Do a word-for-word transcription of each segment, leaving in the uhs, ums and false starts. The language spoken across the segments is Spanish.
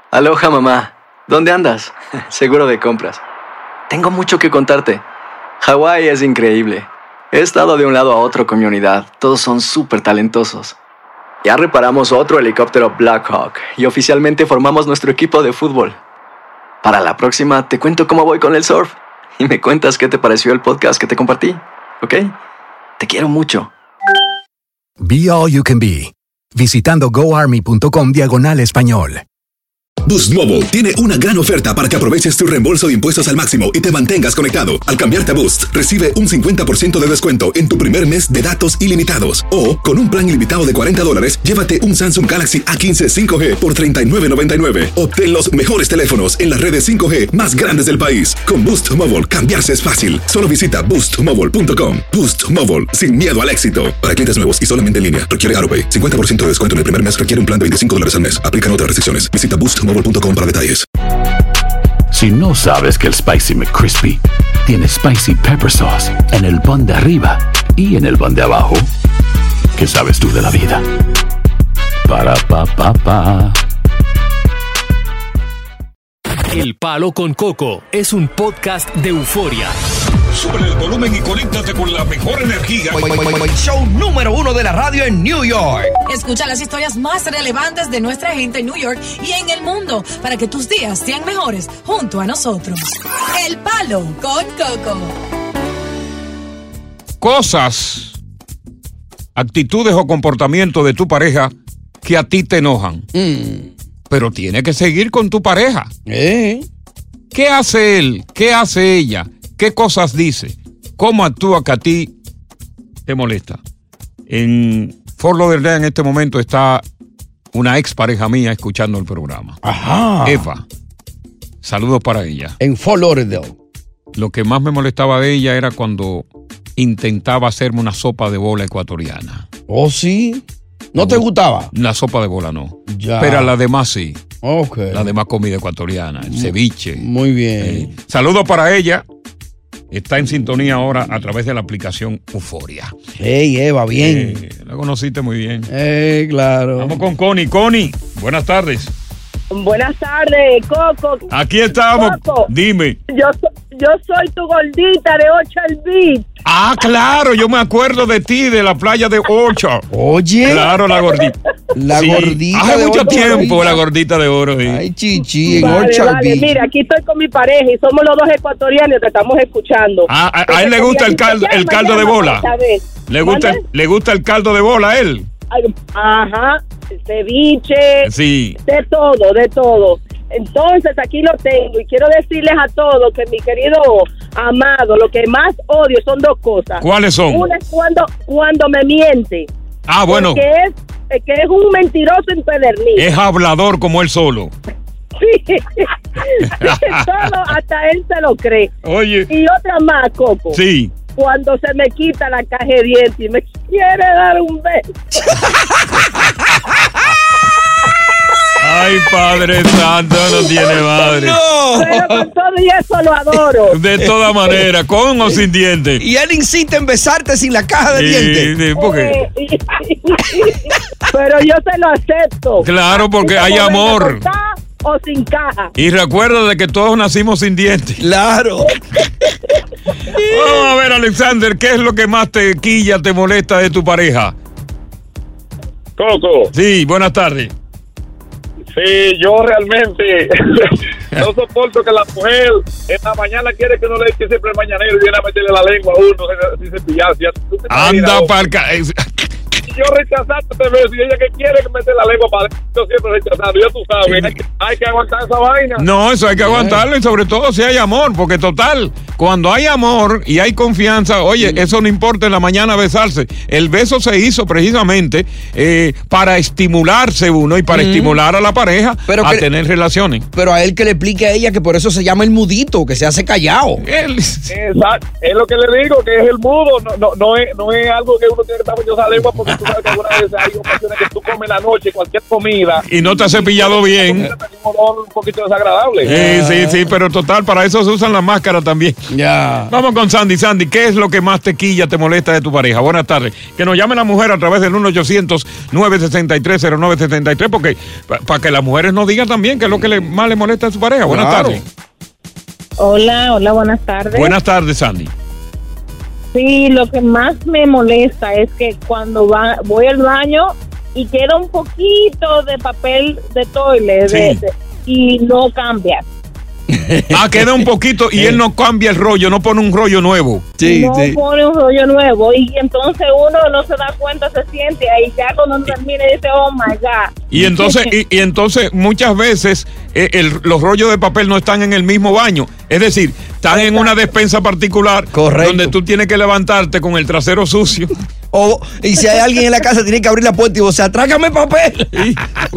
Aloha, mamá. ¿Dónde andas? Seguro de compras. Tengo mucho que contarte. Hawái es increíble. He estado de un lado a otro con mi unidad. Todos son súper talentosos. Ya reparamos otro helicóptero Blackhawk y oficialmente formamos nuestro equipo de fútbol. Para la próxima te cuento cómo voy con el surf y me cuentas qué te pareció el podcast que te compartí, ¿ok? Te quiero mucho. Be All You Can Be, visitando goarmy.com diagonal español. Boost Mobile tiene una gran oferta para que aproveches tu reembolso de impuestos al máximo y te mantengas conectado. Al cambiarte a Boost, recibe un cincuenta por ciento de descuento en tu primer mes de datos ilimitados. O, con un plan ilimitado de cuarenta dólares, llévate un Samsung Galaxy A quince cinco G por treinta y nueve noventa y nueve. Obtén los mejores teléfonos en las redes cinco G más grandes del país. Con Boost Mobile, cambiarse es fácil. Solo visita boost mobile punto com. Boost Mobile, sin miedo al éxito. Para clientes nuevos y solamente en línea, requiere AutoPay. cincuenta por ciento de descuento en el primer mes requiere un plan de veinticinco dólares al mes. Aplican otras restricciones. Visita boost mobile punto com para detalles. Si no sabes que el Spicy McCrispy tiene Spicy Pepper Sauce en el pan de arriba y en el pan de abajo, ¿qué sabes tú de la vida? Para, pa, pa, pa. El Palo con Coco es un podcast de euforia. Sube el volumen y conéctate con la mejor energía. Show número uno de la radio en New York. Escucha las historias más relevantes de nuestra gente en New York y en el mundo para que tus días sean mejores junto a nosotros. El Palo con Coco. Cosas, actitudes o comportamientos de tu pareja que a ti te enojan. Mm. Pero tiene que seguir con tu pareja. ¿Eh? ¿Qué hace él? ¿Qué hace ella? ¿Qué cosas dice? ¿Cómo actúa que a ti te molesta? En Fort Lauderdale en este momento está una ex pareja mía escuchando el programa. Ajá. Eva. Saludos para ella. En Fort Lauderdale. Lo que más me molestaba de ella era cuando intentaba hacerme una sopa de bola ecuatoriana. ¿Oh, sí? ¿No la te bo- gustaba? La sopa de bola no. Ya. Pero la demás sí. Ok. La demás comida ecuatoriana, el ceviche. Muy bien. Eh, saludos para ella. Está en sintonía ahora a través de la aplicación Euforia. Hey, Eva, bien. Eh, la conociste muy bien. Eh, claro. Vamos con Connie. Connie, buenas tardes. Buenas tardes, Coco. Aquí estamos. Coco, Dime. Yo, so- yo soy tu gordita de Orchard Beach. Ah, claro, yo me acuerdo de ti, de la playa de Orchard. Oye. Claro, la gordita. La Sí, gordita Hace de mucho Orchard tiempo, Beach. la gordita de oro. Sí. Ay, chichi, en Vale, Orchard vale, Beach. mira, aquí estoy con mi pareja y somos los dos ecuatorianos que estamos escuchando. Ah, a, a él le gusta el caldo, el caldo de bola. Le gusta, el, le gusta el caldo de bola a él. Ajá, ceviche, Sí. de todo, de todo. Entonces aquí lo tengo y quiero decirles a todos que mi querido amado, lo que más odio son dos cosas. ¿Cuáles son? Una es cuando, cuando me miente. Ah, bueno. Que es, que es un mentiroso empedernido. Es hablador como él solo. Sí. Todo, hasta él se lo cree. Oye. Y otra más, Coco. Sí. Cuando se me quita la caja de dientes y me quiere dar un beso. Ay, Padre Santo, no tiene madre. No. Pero con todo y eso lo adoro. De toda manera, con o sin dientes. Y él insiste en besarte sin la caja de Sí, dientes. sí, ¿por qué? Eh, Pero yo se lo acepto. Claro, porque Así hay como venga, amor. con caja o sin caja. Y recuerda de que todos nacimos sin dientes. Claro. Vamos a ver, Alexander, ¿qué es lo que más te quilla, te molesta de tu pareja? Coco. Sí, buenas tardes. Sí, yo realmente no soporto que la mujer en la mañana quiere que uno le eche siempre el mañanero y viene a meterle la lengua a uno sin cepillarse. Anda para ca... Yo rechazando este beso y ella que quiere que mete la lengua para adentro, yo siempre rechazando. Ya tú sabes, hay que, hay que aguantar esa vaina. No, eso hay que aguantarlo y sobre todo si hay amor, porque total, cuando hay amor y hay confianza, oye, mm. eso no importa en la mañana besarse. El beso se hizo precisamente eh, para estimularse uno y para mm. estimular a la pareja pero a que, tener relaciones. Pero a él que le explique a ella que por eso se llama el mudito, que se hace callado. Él... Exacto, es lo que le digo, que es el mudo, no, no, no, es, no es algo que uno tiene que estar mucho esa lengua porque tú sabes que alguna vez hay ocasiones que tú comes la noche cualquier comida y no te has cepillado bien. un olor un poquito desagradable. Sí, sí, sí, pero total, para eso se usan las máscaras también. Ya. Vamos con Sandy. Sandy, ¿qué es lo que más te quilla, te molesta de tu pareja? Buenas tardes. Que nos llame la mujer a través del uno ochocientos nueve sesenta y tres cero nueve setenta y tres, porque para pa que las mujeres nos digan también qué es lo que le, más le molesta a su pareja. Buenas Claro. tardes. Hola, hola, buenas tardes. Buenas tardes, Sandy. Sí, lo que más me molesta es que cuando va, voy al baño y queda un poquito de papel de toilet Sí. de- de- y no cambia. Ah, queda un poquito y él no cambia el rollo, no pone un rollo nuevo. Sí, no sí. pone un rollo nuevo y entonces uno no se da cuenta, se siente ahí ya cuando uno termina y dice, oh my God. Y entonces, y, y entonces muchas veces eh, el- los rollos de papel no están en el mismo baño. Es decir, están en una despensa particular. Correcto. Donde tú tienes que levantarte con el trasero sucio. O, y si hay alguien en la casa, tiene que abrir la puerta y vos, o sea, trágame papel. Y-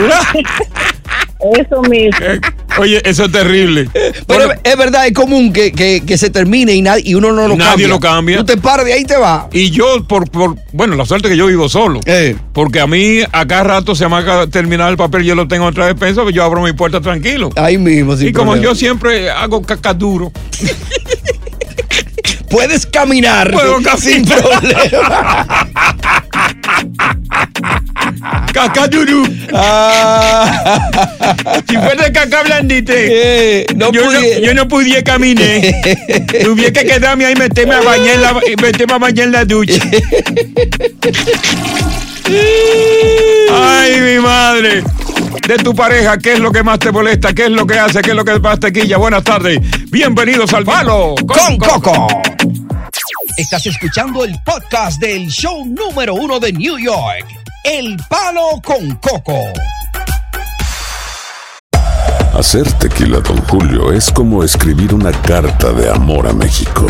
Eso mismo. Eh, Oye, eso es terrible. Pero Bueno, es verdad, es común que, que, que se termine y, nadie, y uno no lo Nadie cambia. lo cambia. Tú te paras de ahí y te vas. y yo, por, por, bueno, la suerte que yo vivo solo. Eh. Porque a mí, a cada rato se me ha terminado el papel, yo lo tengo en otra despensa, pues yo abro mi puerta tranquilo. Ahí mismo, sin y como problema. yo siempre hago caca duro. Puedes caminar Puedo sin caminar. problema. Caca duro. Ah, Si fuera caca blandite. eh, no yo, pudiera. no, yo no pudiera caminar. Tuviera que quedarme ahí y meterme a bañar en la, meterme a bañar en la ducha. Ay, mi madre. De tu pareja, ¿qué es lo que más te molesta? ¿Qué es lo que hace? ¿Qué es lo que más te quilla? Buenas tardes. Bienvenidos al Palo Con Coco. Estás escuchando el podcast del show número uno de New York, El Palo con Coco. Hacer tequila, Don Julio, es como escribir una carta de amor a México.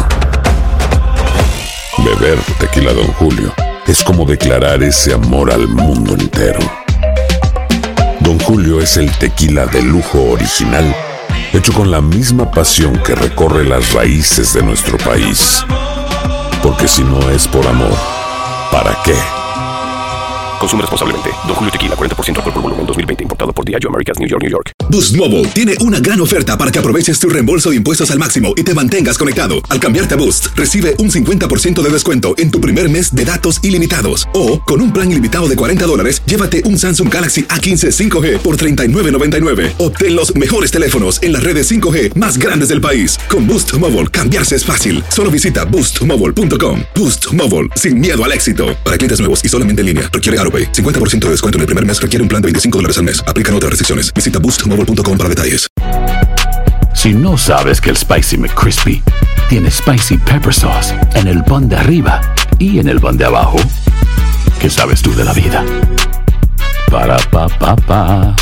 Beber tequila, Don Julio, es como declarar ese amor al mundo entero. Don Julio es el tequila de lujo original, hecho con la misma pasión que recorre las raíces de nuestro país. Porque si no es por amor, ¿para qué? Consume responsablemente. Don Julio Tequila, cuarenta por ciento alcohol por volumen, dos mil veinte. Importado por Diageo Americas, New York, New York. Boost Mobile tiene una gran oferta para que aproveches tu reembolso de impuestos al máximo y te mantengas conectado. Al cambiarte a Boost, recibe un cincuenta por ciento de descuento en tu primer mes de datos ilimitados. O, con un plan ilimitado de cuarenta dólares, llévate un Samsung Galaxy A quince cinco G por treinta y nueve noventa y nueve. Obtén los mejores teléfonos en las redes cinco G más grandes del país. Con Boost Mobile, cambiarse es fácil. Solo visita boost mobile punto com. Boost Mobile, sin miedo al éxito. Para clientes nuevos y solamente en línea, requiere AutoPay. cincuenta por ciento de descuento en el primer mes requiere un plan de veinticinco dólares al mes. Aplican otras restricciones. Visita boost mobile punto com para detalles. Si no sabes que el Spicy McCrispy tiene Spicy Pepper Sauce en el pan de arriba y en el pan de abajo, ¿qué sabes tú de la vida? Para, pa, pa, pa.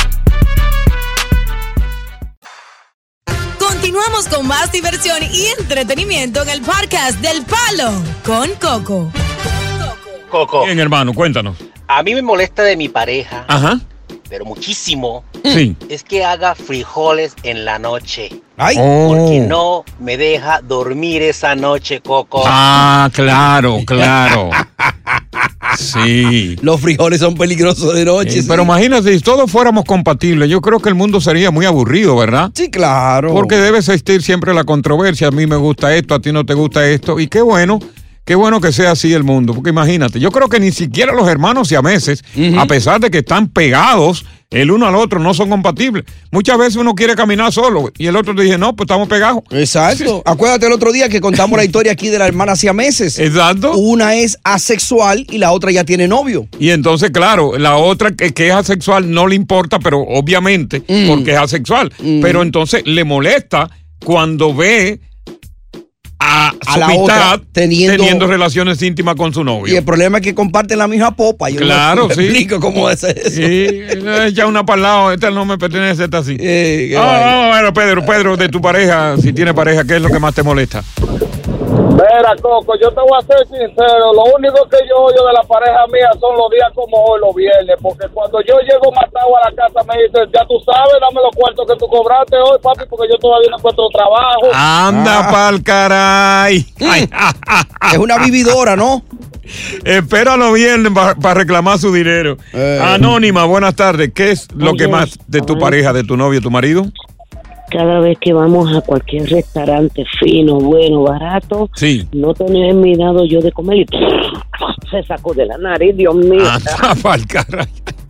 Continuamos con más diversión y entretenimiento en el podcast del Palo con Coco. Coco, Bien, hermano, cuéntanos. a mí me molesta de mi pareja, Ajá. pero muchísimo, Sí. es que haga frijoles en la noche. Ay. Porque Oh. no me deja dormir esa noche, Coco. Ah, claro, claro. Sí. Los frijoles son peligrosos de noche. Eh, sí. pero imagínate, si todos fuéramos compatibles, yo creo que el mundo sería muy aburrido, ¿verdad? Sí, claro. Porque debe existir siempre la controversia. A mí me gusta esto, a ti no te gusta esto. Y qué bueno, qué bueno que sea así el mundo. Porque imagínate, yo creo que ni siquiera los hermanos siameses, Ujú. a pesar de que están pegados el uno al otro, no son compatibles. Muchas veces uno quiere caminar solo y el otro te dice, no, pues estamos pegados. Exacto. Acuérdate el otro día que contamos la historia aquí de la hermana siameses. Exacto. Una es asexual y la otra ya tiene novio. Y entonces, claro, la otra que, que es asexual no le importa, pero obviamente, Mm. porque es asexual. Mm. Pero entonces le molesta cuando ve a, A su la mitad otra teniendo- teniendo relaciones íntimas con su Y novio. el problema es que comparten la misma popa. Yo Claro, no sí. explico cómo es eso. Sí, ya una para el lado, esta no me pertenece, esta sí. Eh, qué Ah, vaina. ah, bueno, Pedro, Pedro, de tu pareja, si tiene pareja, ¿qué es lo que más te molesta? Mira, Coco, yo te voy a ser sincero. Lo único que yo odio de la pareja mía son los días como hoy, los viernes. Porque cuando yo llego matado a la casa, me dicen, ya tú sabes, dame los cuartos que tú cobraste hoy, papi, porque yo todavía no encuentro trabajo. Anda Ah. pa'l caray. Ay, Es una vividora, ¿no? Espéralo bien para pa reclamar su dinero. Eh. Anónima, buenas tardes. ¿Qué es lo Oye, que más de tu ay. pareja, de tu novio, tu marido? Cada vez que vamos a cualquier restaurante fino, bueno, barato, Sí. no tenía mirado yo de comer y se sacó de la nariz, Dios mío. Ah, pa'l caray.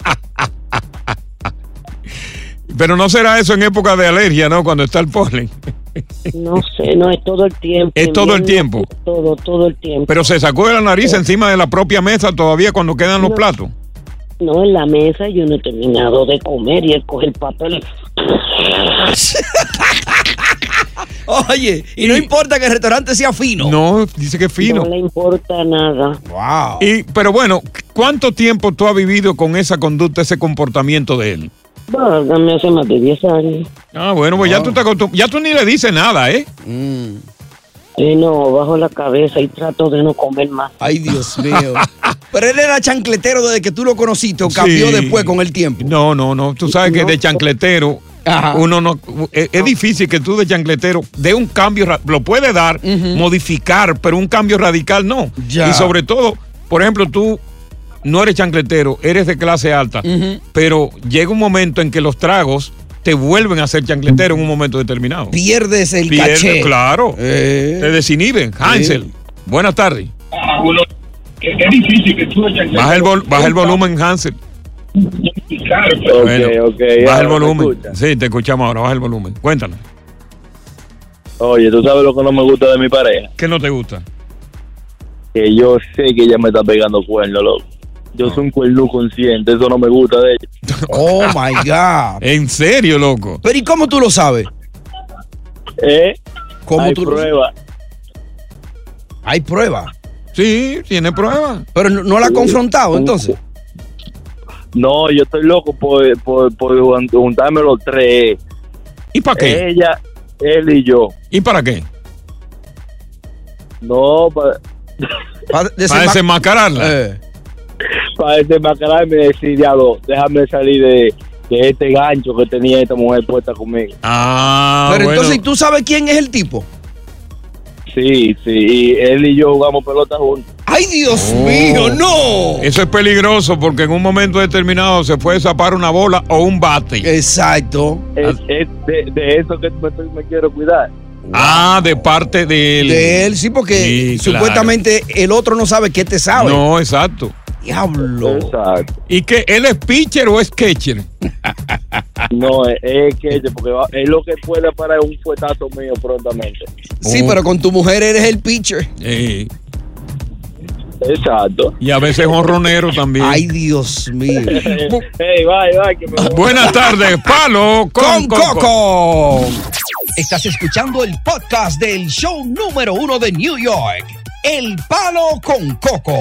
Pero no será eso en época de alergia, ¿no? Cuando está el polen. No sé, no, es todo el tiempo. Es todo el Invierno, tiempo. Todo, todo el tiempo. Pero se sacó de la nariz encima de la propia mesa todavía cuando quedan los No. platos. No, en la mesa yo no he terminado de comer y él coge el papel. Oye, y no importa que el restaurante sea fino. No, dice que es fino. No le importa nada. Wow. Y, pero bueno, ¿cuánto tiempo tú has vivido con esa conducta, ese comportamiento de él? Bueno, me hace más de diez años. Ah, bueno, pues ya tú te acostum- ya tú ni le dices nada, ¿eh? Mm. Y no, bajo la cabeza y trato de no comer más. Ay, Dios mío. Pero él era chancletero desde que tú lo conociste o cambió Sí. después con el tiempo. No, no, no. Tú sabes que de chancletero, Ajá. uno no. Es, es difícil que tú de chancletero dé un cambio, ra- lo puede dar, modificar, pero un cambio radical no. Ya. Y sobre todo, por ejemplo, tú no eres chancletero, eres de clase alta, Ujú. pero llega un momento en que los tragos te vuelven a ser chancletero en un momento determinado. Pierdes el Pierdes, caché. claro. Eh. Te desinhiben. Hansel, buenas tardes. Es difícil que tú Baja el, vol- baja el volumen, Hansel. Ok, Bueno, ok. baja el ahora me volumen. escuchas. Sí, te escuchamos ahora, baja el volumen. Cuéntanos. Oye, ¿tú sabes lo que no me gusta de mi pareja? ¿Qué no te gusta? Que yo sé que ella me está pegando cuernos, loco. Yo soy un cuerno consciente, eso no me gusta de ella. Oh my God. ¿En serio, loco? Pero ¿y cómo tú lo sabes? ¿Eh? ¿Cómo Hay tú lo prueba. Hay pruebas. Sí, tiene pruebas. Pero no, no la ha confrontado entonces. No, yo estoy loco por, por, por juntarme los tres. ¿Y para qué? Ella, él y yo. ¿Y para qué? No, para... Para Para desenmascararla. Eh. para desenmascararme y decir, diablo, déjame salir de, de este gancho que tenía esta mujer puesta conmigo. Ah, Pero bueno. entonces, ¿tú sabes quién es el tipo? Sí, sí, y él y yo jugamos pelota juntos. ¡Ay, Dios Oh. mío, no! Eso es peligroso porque en un momento determinado se puede zapar una bola o un bate. Exacto. Es, es de, de eso que me, estoy- me quiero cuidar. Ah, de parte de él. De él, sí, porque Sí, claro. supuestamente el otro no sabe qué te sabe. No, exacto. Diablo. Exacto. ¿Y qué? ¿Él es pitcher o es catcher? No, es, es que porque va- es lo que puede parar un fuetazo mío prontamente. Sí, Oh. pero con tu mujer eres el pitcher. Eh, Exacto. y a veces honronero también. Ay, Dios mío. Hey, bye, bye, que me voy. Buenas tardes, Palo con, Con Coco. Estás escuchando el podcast del show número uno de New York. El Palo con Coco.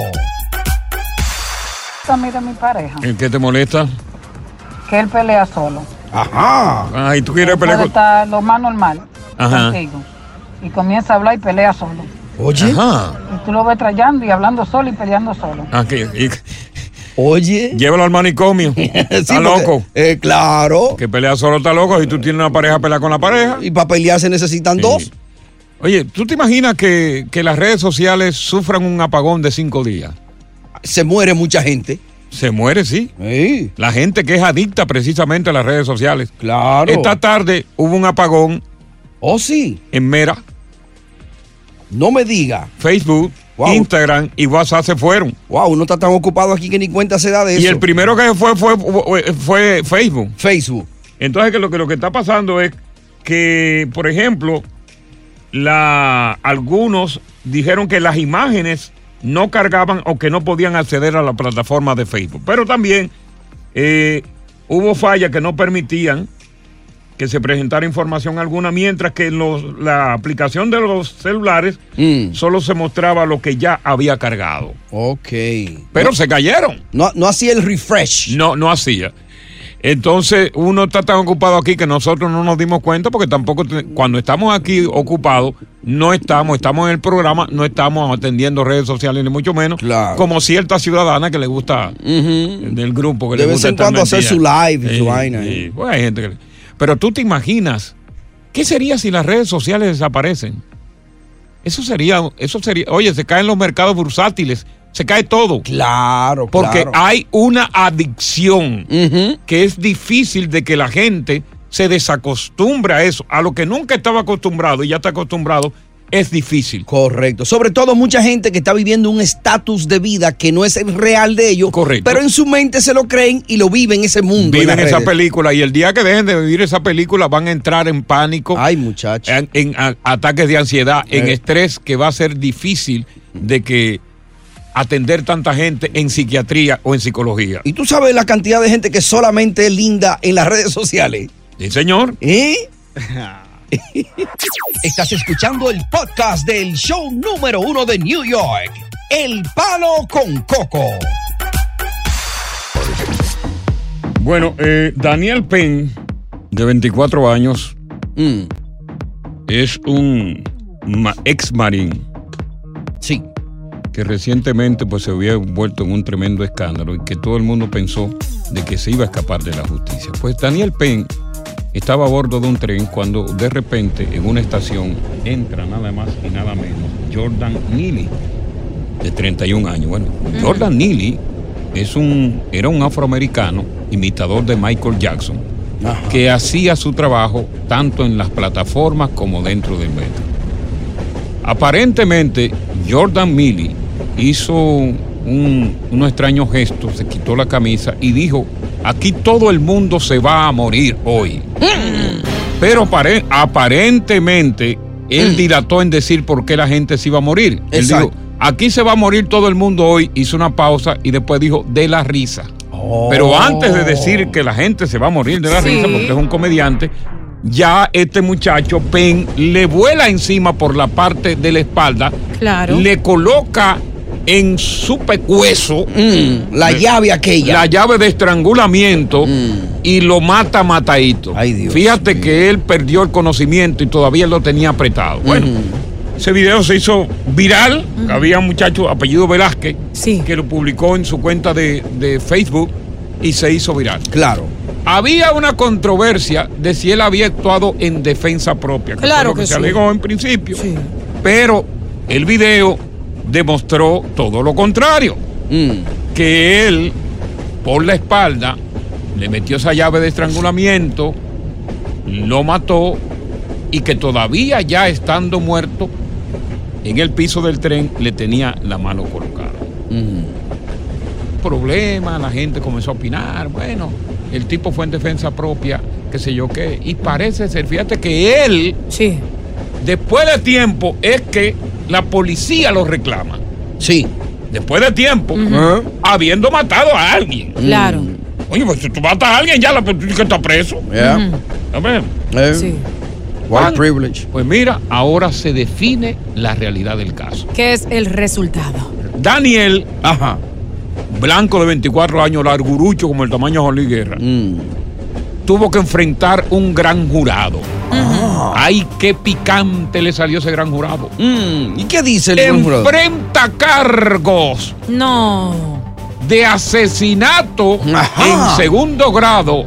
Mira mi pareja, ¿El que te molesta? que él pelea solo. Ajá. Ay, tú quieres Puede pelear con... estar lo más normal Ajá. contigo. Y comienza a hablar y pelea solo. Oye. Ajá. Y tú lo ves trayendo y hablando solo y peleando solo. Aquí, y- Oye. llévalo al manicomio. Está Sí, porque- loco. eh, claro. Que pelea solo está loco. Si tú tienes una pareja, pelea con la pareja. Y para pelear se necesitan Sí. dos. Oye, ¿tú te imaginas que, que las redes sociales sufran un apagón de cinco días? Se muere mucha gente. Se muere, sí. Sí. La gente que es adicta precisamente a las redes sociales. Claro. Esta tarde hubo un apagón Oh, sí. en Mera, No me diga. Facebook, Wow. Instagram y WhatsApp se fueron. Wow, uno está tan ocupado aquí que ni cuenta se da de eso. Y el primero que fue fue, fue Facebook. Facebook. Entonces, que lo, que lo que está pasando es que, por ejemplo, la, algunos dijeron que las imágenes no cargaban o que no podían acceder a la plataforma de Facebook. Pero también eh, hubo fallas que no permitían que se presentara información alguna, mientras que en los, la aplicación de los celulares Mm. solo se mostraba lo que ya había cargado. Ok. Pero no, se cayeron. no, no hacía el refresh. No, no hacía. Entonces, uno está tan ocupado aquí que nosotros no nos dimos cuenta porque tampoco, te- cuando estamos aquí ocupados, no estamos, estamos en el programa, no estamos atendiendo redes sociales ni mucho menos, Claro. como cierta ciudadana que le gusta Ujú. del grupo que De le vez gusta en estar cuando hacer metida. su live y su Sí, vaina, sí. eh. Bueno, hay gente que le- Pero tú te imaginas, ¿qué sería si las redes sociales desaparecen? Eso sería, eso sería, oye, se caen los mercados bursátiles se cae todo. Claro, Porque claro. hay una adicción uh-huh. que es difícil de que la gente se desacostumbre a eso. A lo que nunca estaba acostumbrado y ya está acostumbrado, es difícil. Correcto. Sobre todo mucha gente que está viviendo un estatus de vida que no es el real de ellos. Correcto. Pero en su mente se lo creen y lo viven ese mundo. Viven esa película y el día que dejen de vivir esa película van a entrar en pánico. Ay, muchachos. En, en a, ataques de ansiedad, eh. en estrés, que va a ser difícil de que atender tanta gente en psiquiatría o en psicología. ¿Y tú sabes la cantidad de gente que solamente es linda en las redes sociales? Sí, señor. ¿Eh? Estás escuchando el podcast del show número uno de New York, El Palo con Coco. Bueno, eh, Daniel Penn, de veinticuatro años, mm. es un ma- ex marín. Sí. Que recientemente pues se había envuelto en un tremendo escándalo y que todo el mundo pensó de que se iba a escapar de la justicia. Pues Daniel Penn estaba a bordo de un tren cuando de repente en una estación entra nada más y nada menos Jordan Neely, de treinta y un años. Bueno, uh-huh. Jordan Neely es un, era un afroamericano imitador de Michael Jackson, uh-huh. que hacía su trabajo tanto en las plataformas como dentro del metro. Aparentemente Jordan Neely hizo un, unos extraños gestos, se quitó la camisa y dijo: aquí todo el mundo se va a morir hoy. Mm. Pero pare- aparentemente él mm. dilató en decir por qué la gente se iba a morir. Exacto. Él dijo: aquí se va a morir todo el mundo hoy. Hizo una pausa y después dijo: de la risa. Oh. Pero antes de decir que la gente se va a morir de la sí. risa, porque es un comediante, ya este muchacho Penn le vuela encima por la parte de la espalda, claro. le coloca en su pecueso mm, la de, llave aquella, la llave de estrangulamiento mm. y lo mata matadito. Ay, Dios. Fíjate Dios. que él perdió el conocimiento y todavía lo tenía apretado. Bueno, mm. ese video se hizo viral. Mm. Había un muchacho apellido Velázquez sí. que lo publicó en su cuenta de, de Facebook y se hizo viral. Claro. Había una controversia de si él había actuado en defensa propia, que claro fue lo que, que se sí. alegó en principio. Sí. Pero el video demostró todo lo contrario. Mm. Que él, por la espalda, le metió esa llave de estrangulamiento, lo mató y que todavía ya estando muerto, en el piso del tren le tenía la mano colocada. Mm. Problema, la gente comenzó a opinar, bueno, el tipo fue en defensa propia, qué sé yo qué, y parece ser, fíjate que él, sí. después de tiempo, es que la policía lo reclama. Sí. Después de tiempo, uh-huh. habiendo matado a alguien. Claro. Oye, pues si tú matas a alguien, ya la policía está preso. Yeah. A ver. Yeah. Sí. White privilege. Pues mira, ahora se define la realidad del caso. ¿Qué es el resultado? Daniel, ajá, blanco de veinticuatro años, largurucho como el tamaño de Juan Luis Guerra, mm. tuvo que enfrentar un gran jurado. Ah. Ay, qué picante le salió ese gran jurado. Mm. ¿Y qué dice el gran jurado? Enfrenta cargos. No. De asesinato Ajá. en segundo grado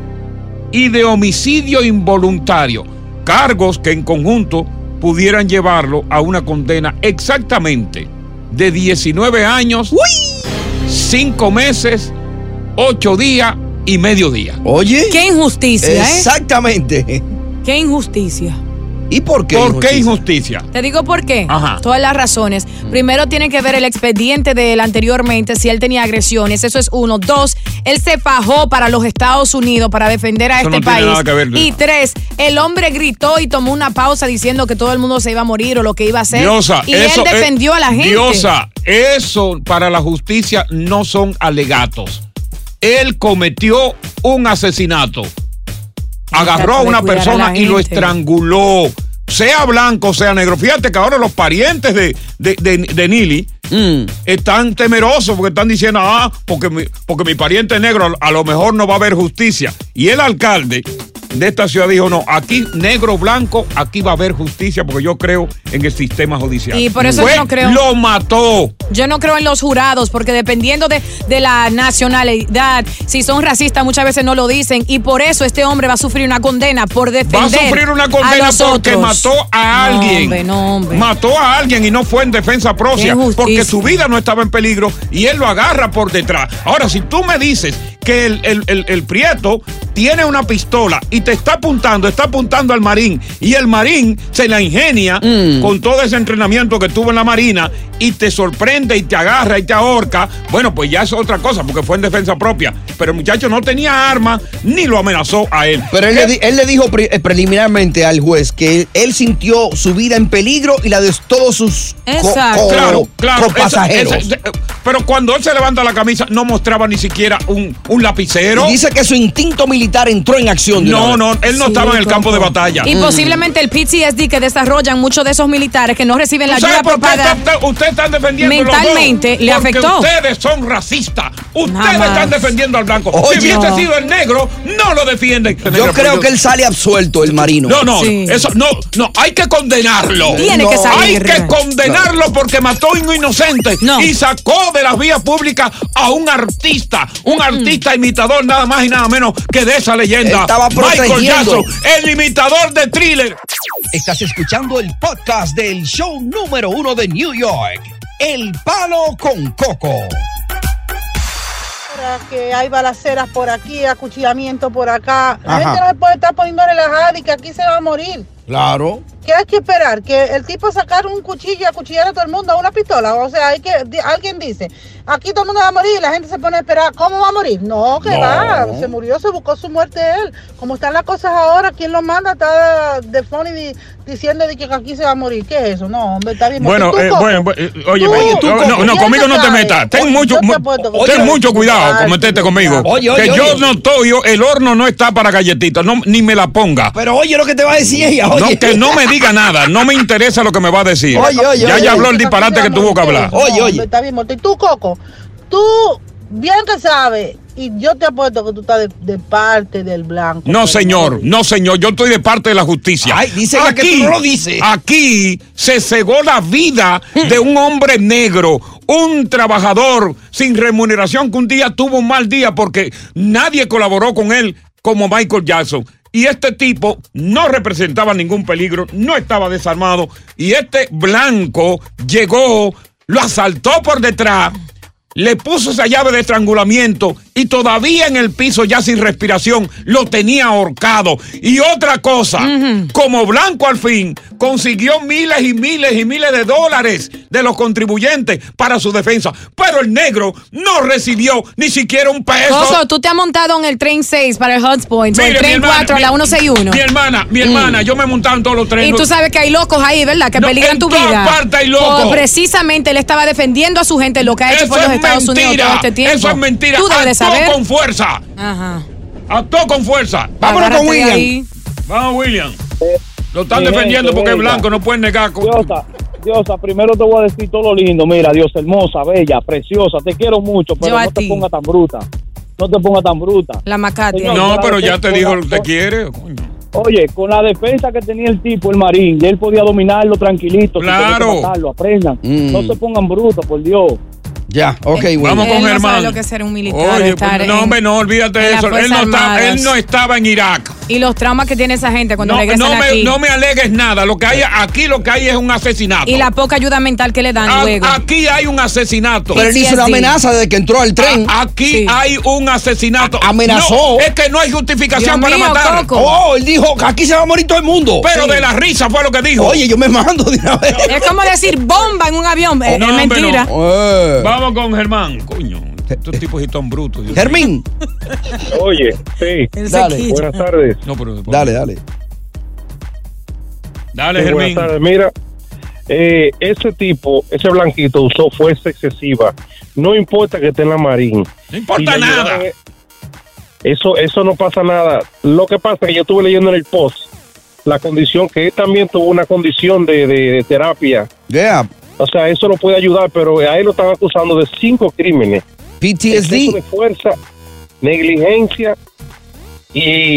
y de homicidio involuntario. Cargos que en conjunto pudieran llevarlo a una condena exactamente de diecinueve años, Uy. cinco meses, ocho días y medio día. Oye. Qué injusticia, Exactamente. ¿eh? Qué injusticia. ¿Y por qué? ¿Por injusticia? qué injusticia? Te digo por qué. Ajá. Todas las razones. Primero tiene que ver el expediente de él anteriormente, si él tenía agresiones. Eso es uno. Dos, él se fajó para los Estados Unidos para defender a Eso este no tiene país. nada que ver, y tres, el hombre gritó y tomó una pausa diciendo que todo el mundo se iba a morir o lo que iba a hacer. Diosa, y eso él defendió es, a la gente. Diosa, eso para la justicia no son alegatos. Él cometió un asesinato. Agarró a una persona a y lo estranguló. Sea blanco, sea negro. Fíjate que ahora los parientes de, de, de, de Neely mm. están temerosos porque están diciendo, ah, porque mi, porque mi pariente es negro, a lo mejor no va a haber justicia. Y el alcalde de esta ciudad dijo, no, aquí negro, blanco, aquí va a haber justicia porque yo creo en el sistema judicial. Y por eso Fue, yo no creo. Lo mató. Yo no creo en los jurados porque dependiendo de, de la nacionalidad, si son racistas muchas veces no lo dicen y por eso este hombre va a sufrir una condena por defender Va a sufrir una condena porque otros. mató a No, alguien. hombre, no, hombre. Mató a alguien y no fue en defensa propia porque su vida no estaba en peligro y él lo agarra por detrás. Ahora, si tú me dices que el, el, el, el Prieto tiene una pistola y te está apuntando, está apuntando al Marín y el Marín se la ingenia mm. con todo ese entrenamiento que tuvo en la Marina y te sorprende y te agarra y te ahorca, bueno, pues ya es otra cosa porque fue en defensa propia. Pero el muchacho no tenía arma ni lo amenazó a él. Pero él, le, él le dijo pre preliminarmente al juez que él sintió su vida en peligro y la de todos sus co co claro, claro, pasajeros. Esa, esa, pero cuando él se levanta la camisa no mostraba ni siquiera un, un lapicero. Y dice que su instinto militar entró en acción. De no, no, él no sí, estaba en el campo de batalla. Y mm. posiblemente el P T S D que desarrollan muchos de esos militares que no reciben la ayuda apropiada. Ustedes están defendiendo mentalmente los dos, le afectó. Ustedes son racistas. Ustedes Jamás. están defendiendo al blanco. Oye, si hubiese no. sido el negro, no lo defienden. Yo negro, creo yo... que él sale absuelto, el Marino. No, no, sí. eso no, no, hay que condenarlo. Tiene no. que salir. Hay que condenarlo no. porque mató a un inocente no. y sacó de las vías públicas a un artista, un mm. artista imitador nada más y nada menos que de esa leyenda. Estaba Michael Jackson, el imitador de Thriller. Estás escuchando el podcast del show número uno de New York, El Palo con Coco. Que hay balaceras por aquí, acuchillamiento por acá. La Ajá. gente no se puede estar poniendo relajada y que aquí se va a morir. Claro. ¿Qué hay que esperar? Que el tipo sacar un cuchillo y acuchillar a todo el mundo a una pistola. O sea, hay que alguien dice, aquí todo el mundo va a morir y la gente se pone a esperar. ¿Cómo va a morir? No, que no. va. Se murió, se buscó su muerte él. Como están las cosas ahora, ¿quién lo manda? Está de phone y diciendo de que aquí se va a morir. ¿Qué es eso? No, hombre, está bien. Bueno, tú, eh, bueno, eh, oye, tú, tú, no, no, conmigo no te metas. Ten mucho, ten mucho cuidado con meterte conmigo. Oye, oye, que oye. yo no estoy, yo, el horno no está para galletitas, no, ni me la ponga. Pero oye lo que te va a decir ella, oye. No, que no me diga nada, no me interesa lo que me va a decir. Oye, oye, ya oye, ya habló oye, el disparate que tuvo que hablar. Oye, oye. Está bien, muerto. Y tú, Coco, tú bien que sabes, y yo te apuesto que tú estás de, de parte del blanco. No, señor, no, señor, yo estoy de parte de la justicia. Ay, dice aquí, que tú no lo dices. Aquí se cegó la vida de un hombre negro, un trabajador sin remuneración que un día tuvo un mal día porque nadie colaboró con él como Michael Jackson. Y este tipo no representaba ningún peligro, no estaba desarmado. Y este blanco llegó, lo asaltó por detrás, le puso esa llave de estrangulamiento y todavía en el piso, ya sin respiración, lo tenía ahorcado. Y otra cosa, uh-huh. como blanco al fin consiguió miles y miles y miles de dólares de los contribuyentes para su defensa. Pero el negro no recibió ni siquiera un peso. Coco, tú te has montado en el tren seis para el Hunts Point, el tren hermana, cuatro, mi, la ciento sesenta y uno. Mi hermana, mi hermana, mm. yo me he montado en todos los trenes. Y tú sabes que hay locos ahí, ¿verdad? Que no, peligran tu vida. En todas partes hay locos. Pues precisamente él estaba defendiendo a su gente, lo que ha hecho eso por los es Estados mentira, Unidos todo este tiempo. Eso es mentira. Tú debes Actuó saber. con fuerza. Ajá. Actuó con fuerza. Vámonos con William. Ahí. Vamos, William. Eh, lo están defendiendo porque es blanco, no pueden negar. Diosa, Diosa, primero te voy a decir todo lo lindo. Mira, Dios, hermosa, bella, preciosa, te quiero mucho, pero Yo no te pongas tan bruta. No te pongas tan bruta. La macate. Señor, no, pero ya te dijo que te quiere. Oye, con la defensa que tenía el tipo, el Marín, y él podía dominarlo tranquilito. Claro. Sin matarlo, aprendan. Mm. No se pongan brutos, por Dios. Ya, ok, bueno. Vamos con él Germán. No sabe lo que es ser un militar. Oye, pues, no, hombre, no, olvídate de eso. Él no, está, él no estaba en Irak. Y los traumas que tiene esa gente cuando no, regresan no me, aquí. No me alegues nada. Lo que hay aquí, lo que hay es un asesinato. Y la poca ayuda mental que le dan a, luego. Aquí hay un asesinato. Pero él hizo una amenaza desde que entró al tren. A, aquí sí. hay un asesinato. A, amenazó. No, es que no hay justificación Dios para mío, matar. Coco. Oh, él dijo que aquí se va a morir todo el mundo. Pero sí. de la risa fue lo que dijo. Oye, yo me mando de una vez. Es como decir bomba en un avión. Es no, mentira. No. Eh. Vamos con Germán. Coño. Estos tipos son brutos. Germín. Oye, sí. Dale. Buenas tardes. No, pero dale, dale. Dale, sí, Germín. Buenas tardes. Mira, eh, ese tipo, ese blanquito usó fuerza excesiva. No importa que esté en la Marín. No importa si nada. Llevan, eso, eso no pasa nada. Lo que pasa es que yo estuve leyendo en el post la condición que él también tuvo una condición de, de, de terapia. Yeah. O sea, eso lo puede ayudar, pero a él lo están acusando de cinco crímenes. P T S D. De fuerza, negligencia y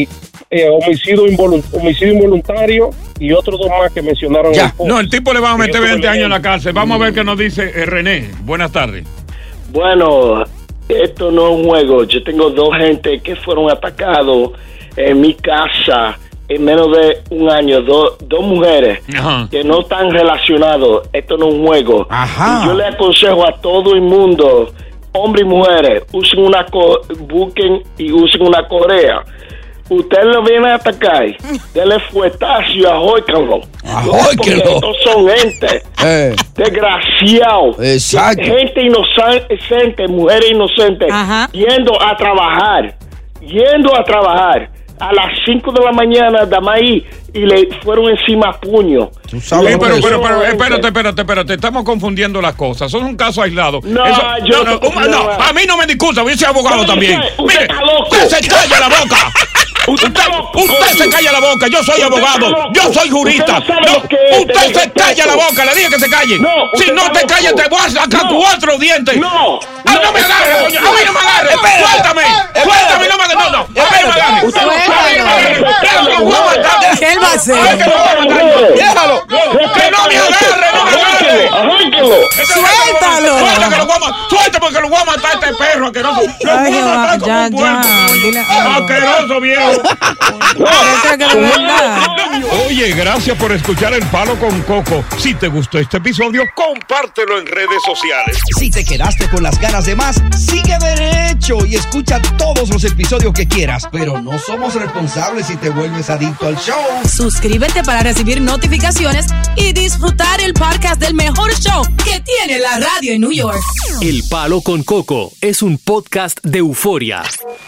eh, homicidio, involu- homicidio involuntario y otros dos más que mencionaron. Ya. El post. No, el tipo le van a meter veinte años en la casa. cárcel. Vamos a ver qué nos dice eh, René. Buenas tardes. Bueno, esto no es un juego. Yo tengo dos gente que fueron atacados en mi casa en menos de un año. Do, dos mujeres Ajá. que no están relacionados. Esto no es un juego. Ajá. Y yo le aconsejo a todo el mundo, hombres y mujeres, usen una co- busquen y usen una correa. Usted lo viene a atacar, denle fuetazo y ahóicanlo. Ahóicanlo. Porque estos son gente Eh. desgraciados. Exacto. Gente inocente, mujeres inocentes, yendo a trabajar, yendo a trabajar a las cinco de la mañana de ahí y le fueron encima a puño. Sí, pero, pero, pero, espérate, espérate, espérate, estamos confundiendo las cosas. Son un caso aislado. No, Eso- yo- no, no, no, no, a mí no me discuta, yo soy abogado Usted- también. usted Mire, está loco. usted se calla la boca. Usted, usted se calla la boca, yo soy Usted abogado, está loco. yo soy jurista. Usted no sabe No, lo que es usted tener se calla la respeto. boca, le dije que se calle. No, Si usted no está te loco. calles, te voy a sacar No. cuatro dientes. No. Ah, no me agarres, coño, a mí no me agarres. Espera. Suéltame, suéltame, no me agarres. No, no, a mí no me agarres. Usted no A mí no me sabe. agarres. Déjalo, lo voy a matar. ¿Qué él va a hacer? Ay, que lo voy a matar. Déjalo. Que no me agarre, no me agarre. Arránquelo. Suéltalo. Suelta que lo voy a matar. Suelta porque lo voy a matar a este perro asqueroso. Lo Ay, voy a Jehová, matar como ya, un puerco. ya, dile algo. Asqueroso, viejo. Yo creo que de verdad. Oye, gracias por escuchar El Palo con Coco. Si te gustó este episodio, compártelo en redes sociales. Si te quedaste con las ganas de más, sigue derecho y escucha todos los episodios que quieras. Pero no somos responsables si te vuelves adicto al show. Suscríbete para recibir notificaciones y disfrutar el podcast del mejor show que tiene la radio en New York. El Palo con Coco es un podcast de euforia.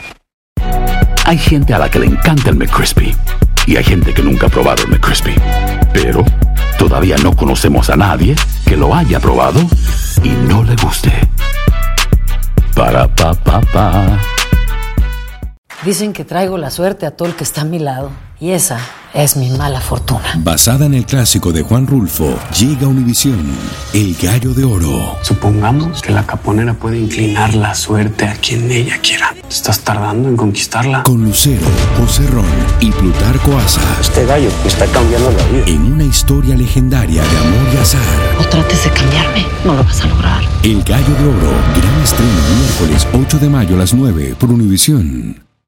Hay gente a la que le encanta el McCrispy y hay gente que nunca ha probado el McCrispy. Pero todavía no conocemos a nadie que lo haya probado y no le guste. Para pa pa pa. Dicen que traigo la suerte a todo el que está a mi lado. Y esa es mi mala fortuna. Basada en el clásico de Juan Rulfo, llega Univisión, El Gallo de Oro. Supongamos que la caponera puede inclinar la suerte a quien ella quiera. ¿Estás tardando en conquistarla? Con Lucero, José Ron y Plutarco Asa. Este gallo me está cambiando la vida. En una historia legendaria de amor y azar. No trates de cambiarme, no lo vas a lograr. El Gallo de Oro, gran estreno miércoles ocho de mayo a las nueve por Univisión.